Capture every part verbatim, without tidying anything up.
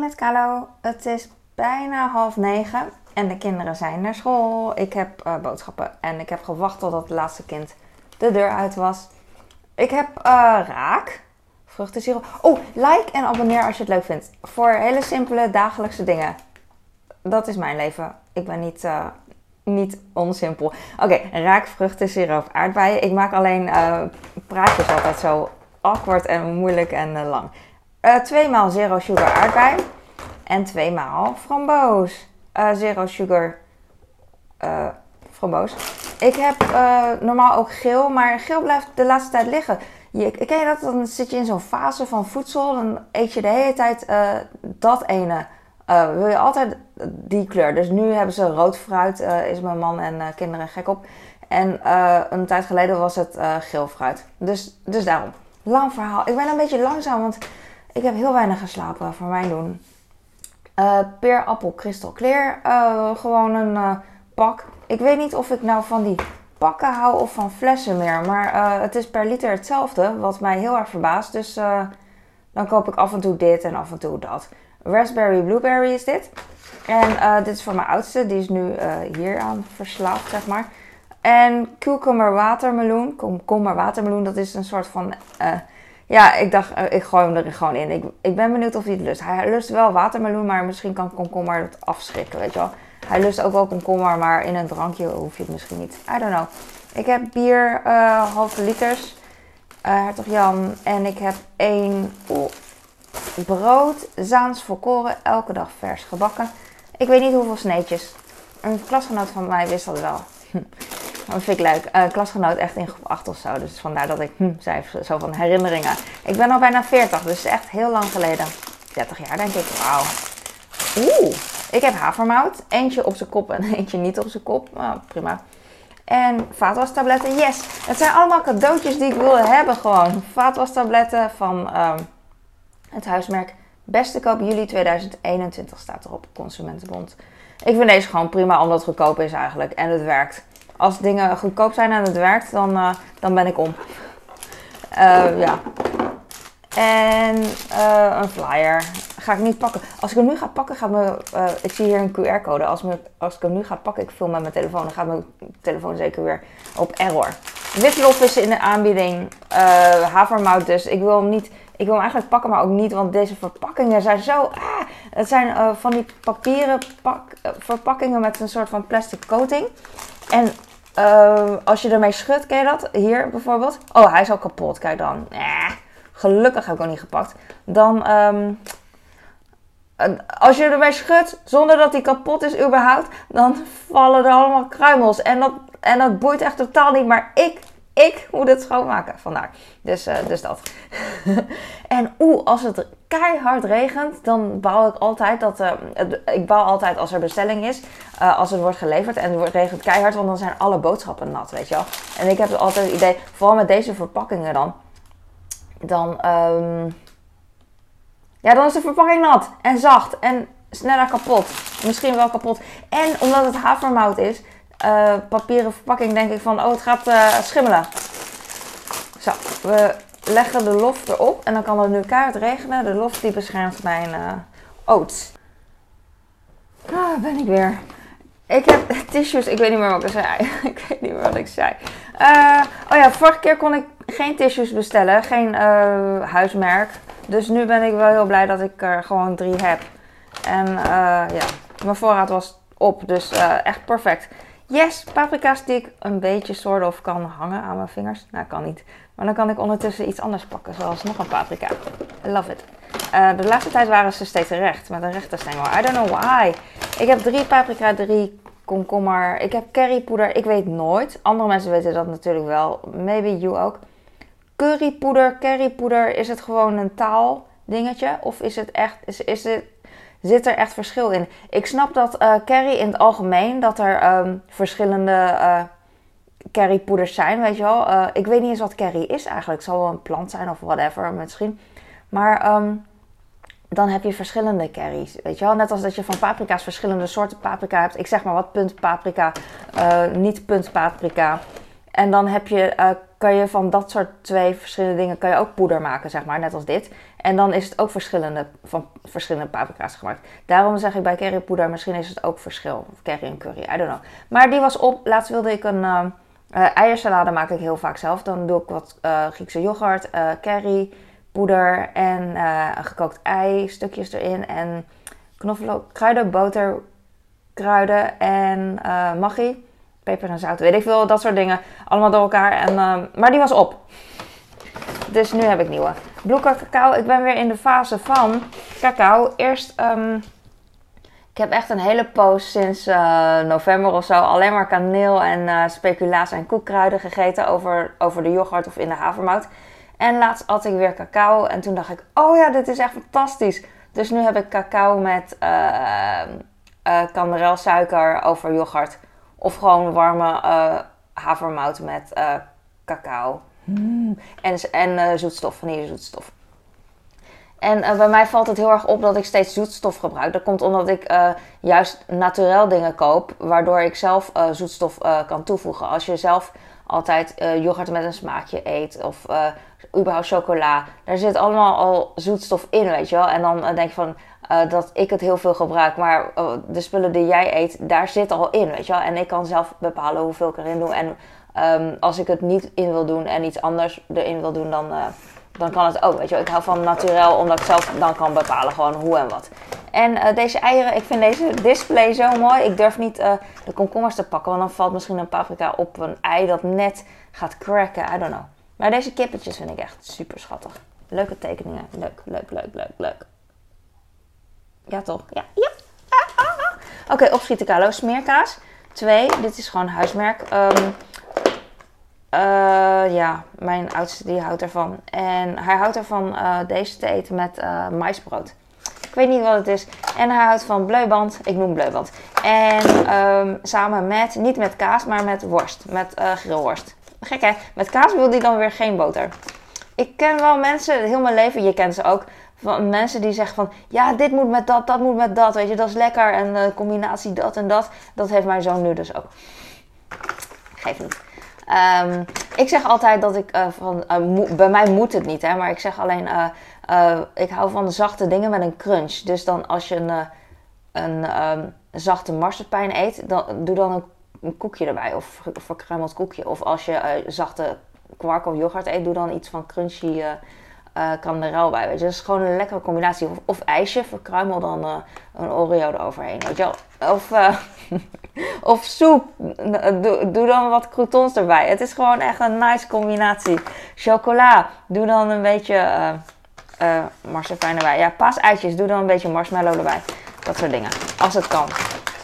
met Kalo. Het is bijna half negen en de kinderen zijn naar school. Ik heb uh, boodschappen en ik heb gewacht totdat het laatste kind de deur uit was. Ik heb uh, raak, vruchtensirop. Oh, like en abonneer als je het leuk vindt. Voor hele simpele dagelijkse dingen. Dat is mijn leven. Ik ben niet, uh, niet onsimpel. Oké, okay, raak, vruchtensirop, aardbeien. Ik maak alleen uh, praatjes altijd zo awkward en moeilijk en uh, lang. Uh, tweemaal zero sugar aardbei. En tweemaal framboos. Uh, zero sugar uh, framboos. Ik heb uh, normaal ook geel, maar geel blijft de laatste tijd liggen. Je, ken je dat? Dan zit je in zo'n fase van voedsel. Dan eet je de hele tijd uh, dat ene. Uh, wil je altijd die kleur. Dus nu hebben ze rood fruit. Uh, is mijn man en uh, kinderen gek op. En uh, een tijd geleden was het uh, geel fruit. Dus, dus daarom. Lang verhaal. Ik ben een beetje langzaam, want ik heb heel weinig geslapen voor mijn doen. Uh, peer, appel, kristal, clear. Uh, gewoon een uh, pak. Ik weet niet of ik nou van die pakken hou of van flessen meer. Maar uh, het is per liter hetzelfde, wat mij heel erg verbaast. Dus uh, dan koop ik af en toe dit en af en toe dat. Raspberry, blueberry is dit. En uh, dit is voor mijn oudste. Die is nu uh, hier aan verslaafd, zeg maar. En cucumber watermeloen. Komkommer watermeloen, dat is een soort van... Uh, ja, ik dacht, uh, ik gooi hem er gewoon in. Ik, ik ben benieuwd of hij het lust. Hij lust wel watermeloen, maar misschien kan komkommer het afschrikken, weet je wel. Hij lust ook wel komkommer, maar in een drankje hoef je het misschien niet. I don't know. Ik heb bier, uh, halve liters. Uh, Hertog Jan. En ik heb één oh, brood. Zaans volkoren. Elke dag vers gebakken. Ik weet niet hoeveel sneetjes. Een klasgenoot van mij wist dat wel. Dat vind ik leuk. Een uh, klasgenoot echt in groep acht of zo. Dus vandaar dat ik hm, zei zo van herinneringen. Ik ben al bijna veertig, dus echt heel lang geleden. dertig jaar denk ik. Wauw. Oeh. Ik heb havermout. Eentje op zijn kop en eentje niet op zijn kop. Oh, prima. En vaatwastabletten. Yes. Het zijn allemaal cadeautjes die ik wilde hebben gewoon. Vaatwastabletten van um, het huismerk Beste Koop juli tweeduizend eenentwintig staat erop. Consumentenbond. Ik vind deze gewoon prima omdat het goedkoop is eigenlijk. En het werkt. Als dingen goedkoop zijn en het werkt, dan, uh, dan ben ik om. Uh, ja. En uh, een flyer. Ga ik niet pakken. Als ik hem nu ga pakken, gaat mijn... Uh, ik zie hier een Q R-code. Als, me, als ik hem nu ga pakken, ik film met mijn telefoon, dan gaat mijn telefoon zeker weer op error. Witlof is in de aanbieding. Uh, havermout dus. Ik wil hem niet... Ik wil hem eigenlijk pakken, maar ook niet, want deze verpakkingen zijn zo... Ah, het zijn uh, van die papieren pak, uh, verpakkingen met een soort van plastic coating. En uh, als je ermee schudt, ken je dat? Hier bijvoorbeeld. Oh, hij is al kapot. Kijk dan. Eh, gelukkig heb ik hem niet gepakt. Dan, um, als je ermee schudt, zonder dat hij kapot is überhaupt, dan vallen er allemaal kruimels. En dat, en dat boeit echt totaal niet, maar ik... Ik moet het schoonmaken vandaag. Dus, uh, dus dat. En oeh, als het keihard regent, dan bouw ik altijd dat... Uh, ik bouw altijd als er bestelling is. Uh, als het wordt geleverd en het regent keihard, want dan zijn alle boodschappen nat, weet je wel. En ik heb altijd het idee, vooral met deze verpakkingen dan. Dan, um, ja, dan is de verpakking nat en zacht en sneller kapot. Misschien wel kapot. En omdat het havermout is... Uh, papieren verpakking denk ik van, oh het gaat uh, schimmelen. Zo, we leggen de lof erop en dan kan het nu keihard regenen. De lof die beschermt mijn uh, oats. Ah, ben ik weer. Ik heb tissues, ik weet niet meer wat ik zei. ik weet niet meer wat ik zei. Uh, oh ja, vorige keer kon ik geen tissues bestellen, geen uh, huismerk. Dus nu ben ik wel heel blij dat ik er gewoon drie heb. En uh, ja, mijn voorraad was op, dus uh, echt perfect. Yes, paprika's die ik een beetje soort of kan hangen aan mijn vingers. Nou, kan niet. Maar dan kan ik ondertussen iets anders pakken, zoals nog een paprika. I love it. Uh, de laatste tijd waren ze steeds recht, met een rechte stengel. I don't know why. Ik heb drie paprika, drie komkommer. Ik heb currypoeder. Ik weet nooit. Andere mensen weten dat natuurlijk wel. Maybe you ook. Currypoeder, currypoeder. Is het gewoon een taaldingetje? Of is het echt... Is, is het... Zit er echt verschil in? Ik snap dat uh, curry in het algemeen, dat er um, verschillende uh, currypoeders zijn, weet je wel. Uh, ik weet niet eens wat curry is eigenlijk. Het zal wel een plant zijn of whatever misschien. Maar um, dan heb je verschillende curry's, weet je wel. Net als dat je van paprika's verschillende soorten paprika hebt. Ik zeg maar wat, punt paprika, uh, niet punt paprika. En dan heb je uh, kan je van dat soort twee verschillende dingen kan je ook poeder maken, zeg maar, net als dit. En dan is het ook verschillende, van verschillende paprika's gemaakt. Daarom zeg ik bij currypoeder, misschien is het ook verschil. Of curry en curry, I don't know. Maar die was op. Laatst wilde ik een uh, uh, eiersalade, maak ik heel vaak zelf. Dan doe ik wat uh, Griekse yoghurt, uh, curry, poeder en uh, een gekookt ei, stukjes erin. En knoflook, kruiden, boter, kruiden en uh, maggi. Peper en zout, weet ik veel, dat soort dingen. Allemaal door elkaar. En, uh, maar die was op. Dus nu heb ik nieuwe. Bloeka cacao. Ik ben weer in de fase van cacao. Eerst, um, ik heb echt een hele poos sinds uh, november of zo alleen maar kaneel en uh, speculaas en koekkruiden gegeten over, over de yoghurt of in de havermout. En laatst at ik weer cacao en toen dacht ik, oh ja, dit is echt fantastisch. Dus nu heb ik cacao met uh, uh, kanderelsuiker over yoghurt. Of gewoon warme uh, havermout met uh, cacao. Mm. En, en uh, zoetstof, vanillezoetstof. En uh, bij mij valt het heel erg op dat ik steeds zoetstof gebruik. Dat komt omdat ik uh, juist naturel dingen koop, waardoor ik zelf uh, zoetstof uh, kan toevoegen. Als je zelf altijd uh, yoghurt met een smaakje eet of uh, überhaupt chocola, daar zit allemaal al zoetstof in, weet je wel. En dan uh, denk je van uh, dat ik het heel veel gebruik, maar uh, de spullen die jij eet, daar zit al in, weet je wel. En ik kan zelf bepalen hoeveel ik erin doe. En um, als ik het niet in wil doen en iets anders erin wil doen, dan... Uh, Dan kan het ook, weet je wel. Ik hou van naturel, omdat ik zelf dan kan bepalen gewoon hoe en wat. En uh, deze eieren, ik vind deze display zo mooi. Ik durf niet uh, de komkommers te pakken, want dan valt misschien een paprika op een ei dat net gaat cracken. I don't know. Maar deze kippetjes vind ik echt super schattig. Leuke tekeningen. Leuk, leuk, leuk, leuk, leuk. Ja, toch? Ja, ja. Ah, ah, ah. Oké, okay, opschieten Carlo. Smeerkaas. Twee. Dit is gewoon huismerk. Um, Uh, ja, mijn oudste die houdt ervan. En hij houdt ervan uh, deze te eten met uh, maïsbrood. Ik weet niet wat het is. En hij houdt van bleuband. Ik noem bleuband. En um, samen met, niet met kaas, maar met worst. Met uh, grillworst. Gek hè? Met kaas wil hij dan weer geen boter. Ik ken wel mensen, heel mijn leven, je kent ze ook. Van mensen die zeggen van, ja, dit moet met dat, dat moet met dat. Weet je, dat is lekker. En de uh, combinatie dat en dat. Dat heeft mijn zoon nu dus ook. Geef niet. Um, ik zeg altijd dat ik uh, van, uh, mo- bij mij moet het niet, hè, maar ik zeg alleen, uh, uh, ik hou van de zachte dingen met een crunch. Dus dan als je een, uh, een um, zachte marsepein eet, dan, doe dan een, een koekje erbij of een verkruimeld koekje. Of als je uh, zachte kwark of yoghurt eet, doe dan iets van crunchy uh, uh, kanderel bij. Weet je. Dat is gewoon een lekkere combinatie. Of, of ijsje, verkruimel dan uh, een Oreo eroverheen, weet je wel. Of... Uh, Of soep. Doe, doe dan wat croutons erbij. Het is gewoon echt een nice combinatie. Chocola. Doe dan een beetje uh, uh, marsepein erbij. Ja, paaseitjes. Doe dan een beetje marshmallow erbij. Dat soort dingen. Als het kan.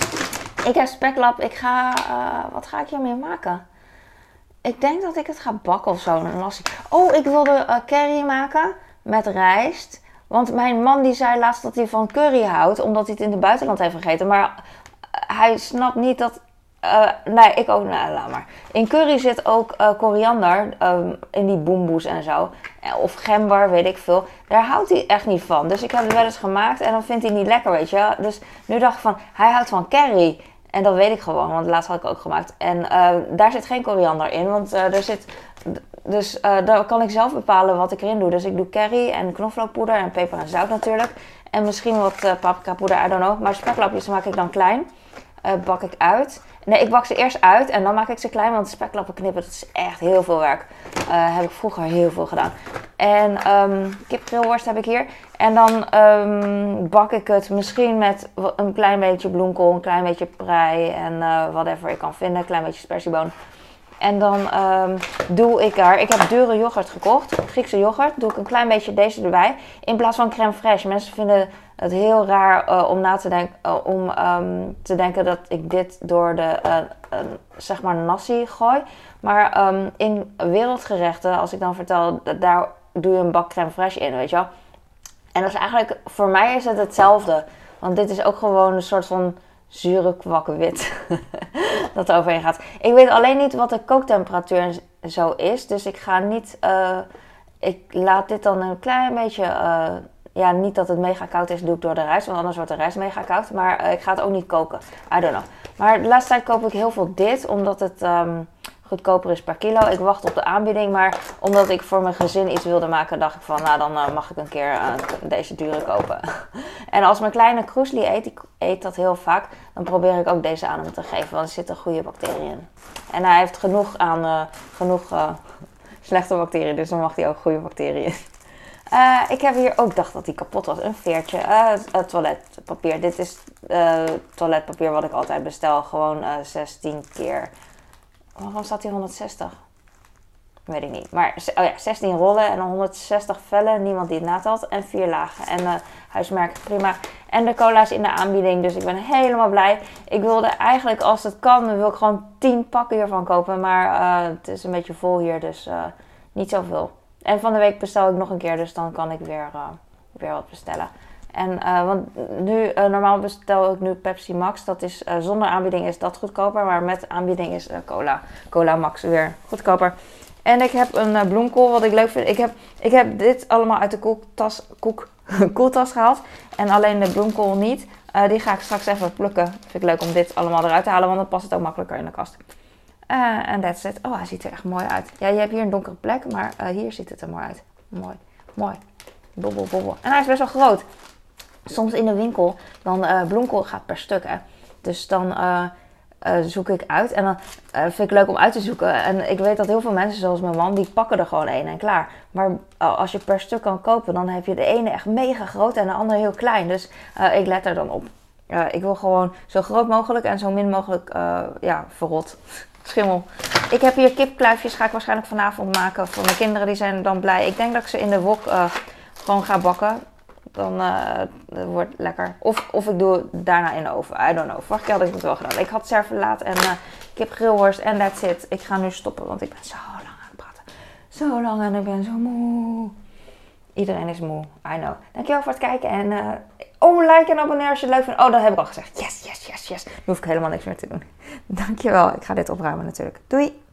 Ik heb speklap. Ik ga... Uh, wat ga ik hiermee maken? Ik denk dat ik het ga bakken of zo. Een lassie. Oh, ik wilde uh, curry maken. Met rijst. Want mijn man die zei laatst dat hij van curry houdt. Omdat hij het in het buitenland heeft gegeten. Maar... Hij snapt niet dat... Uh, nee, ik ook... Nou, laat maar. In curry zit ook uh, koriander. Um, in die boemboes en zo. Of gember, weet ik veel. Daar houdt hij echt niet van. Dus ik heb het wel eens gemaakt. En dan vindt hij het niet lekker, weet je. Dus nu dacht ik van... Hij houdt van curry. En dat weet ik gewoon. Want laatst had ik ook gemaakt. En uh, daar zit geen koriander in. Want uh, er zit... Dus uh, daar kan ik zelf bepalen wat ik erin doe. Dus ik doe curry en knoflookpoeder. En peper en zout natuurlijk. En misschien wat uh, paprika poeder, I don't know. Maar speklapjes maak ik dan klein. Uh, bak ik uit. Nee, ik bak ze eerst uit en dan maak ik ze klein, want speklappen knippen, dat is echt heel veel werk. Uh, heb ik vroeger heel veel gedaan. En um, kipgrillworst heb ik hier. En dan um, bak ik het misschien met een klein beetje bloemkool, een klein beetje prei en uh, whatever ik kan vinden. Een klein beetje spersieboon. En dan um, doe ik er, ik heb dure yoghurt gekocht, Griekse yoghurt, doe ik een klein beetje deze erbij. In plaats van crème fraîche. Mensen vinden het heel raar uh, om na te denken, uh, om um, te denken dat ik dit door de, uh, uh, zeg maar nasi gooi. Maar um, in wereldgerechten, als ik dan vertel, daar doe je een bak crème fraîche in, weet je wel. En dat is eigenlijk, voor mij is het hetzelfde. Want dit is ook gewoon een soort van... zure kwakkenwit dat er overheen gaat. Ik weet alleen niet wat de kooktemperatuur zo is. Dus ik ga niet... Uh, ik laat dit dan een klein beetje... Uh, ja, niet dat het mega koud is, doe ik door de rijst. Want anders wordt de rijst mega koud. Maar uh, ik ga het ook niet koken. I don't know. Maar de laatste tijd koop ik heel veel dit. Omdat het um, goedkoper is per kilo. Ik wacht op de aanbieding, maar omdat ik voor mijn gezin iets wilde maken, dacht ik van, nou dan uh, mag ik een keer uh, deze dure kopen. En als mijn kleine Kroesli eet, die eet dat heel vaak, dan probeer ik ook deze aan hem te geven, want er zitten goede bacteriën in. En hij heeft genoeg aan, uh, genoeg uh, slechte bacteriën, dus dan mag hij ook goede bacteriën. Uh, ik heb hier ook gedacht dat die kapot was. Een veertje. Uh, uh, toiletpapier. Dit is uh, toiletpapier wat ik altijd bestel. Gewoon uh, zestien keer. Waarom staat hier honderdzestig? Weet ik niet. Maar oh ja, zestien rollen en dan honderdzestig vellen. Niemand die het natelt. En vier lagen. En uh, huismerk prima. En de cola is in de aanbieding. Dus ik ben helemaal blij. Ik wilde eigenlijk, als het kan, wil ik gewoon tien pakken hiervan kopen. Maar uh, het is een beetje vol hier. Dus uh, niet zoveel. En van de week bestel ik nog een keer, dus dan kan ik weer, uh, weer wat bestellen. En uh, want nu, uh, normaal bestel ik nu Pepsi Max. Dat is, uh, zonder aanbieding is dat goedkoper, maar met aanbieding is uh, cola. Cola Max weer goedkoper. En ik heb een uh, bloemkool, wat ik leuk vind. Ik heb, ik heb dit allemaal uit de koeltas, koek, koeltas gehaald. En alleen de bloemkool niet. Uh, die ga ik straks even plukken. Vind ik leuk om dit allemaal eruit te halen, want dan past het ook makkelijker in de kast. En uh, that's it. Oh, hij ziet er echt mooi uit. Ja, je hebt hier een donkere plek, maar uh, hier ziet het er mooi uit. Mooi, mooi. Bobbel, bobbel. En hij is best wel groot. Soms in de winkel, dan uh, bloemkool gaat per stuk, hè. Dus dan uh, uh, zoek ik uit. En dan uh, vind ik leuk om uit te zoeken. En ik weet dat heel veel mensen, zoals mijn man, die pakken er gewoon één en klaar. Maar uh, als je per stuk kan kopen, dan heb je de ene echt mega groot en de andere heel klein. Dus uh, ik let er dan op. Uh, ik wil gewoon zo groot mogelijk en zo min mogelijk uh, ja, verrot. Schimmel. Ik heb hier kipkluifjes, ga ik waarschijnlijk vanavond maken voor mijn kinderen. Die zijn dan blij. Ik denk dat ik ze in de wok uh, gewoon ga bakken. Dan uh, het wordt lekker. Of, of ik doe het daarna in de oven. I don't know. Vorige keer had ik het wel gedaan. Ik had servelaat en uh, kip grillworst en that's it. Ik ga nu stoppen, want ik ben zo lang aan het praten. Zo lang en ik ben zo moe. Iedereen is moe. I know. Dankjewel voor het kijken. En uh, oh, like en abonneer als je het leuk vindt. Oh, dat heb ik al gezegd. Yes, yes, yes, yes. Nu hoef ik helemaal niks meer te doen. Dankjewel. Ik ga dit opruimen natuurlijk. Doei.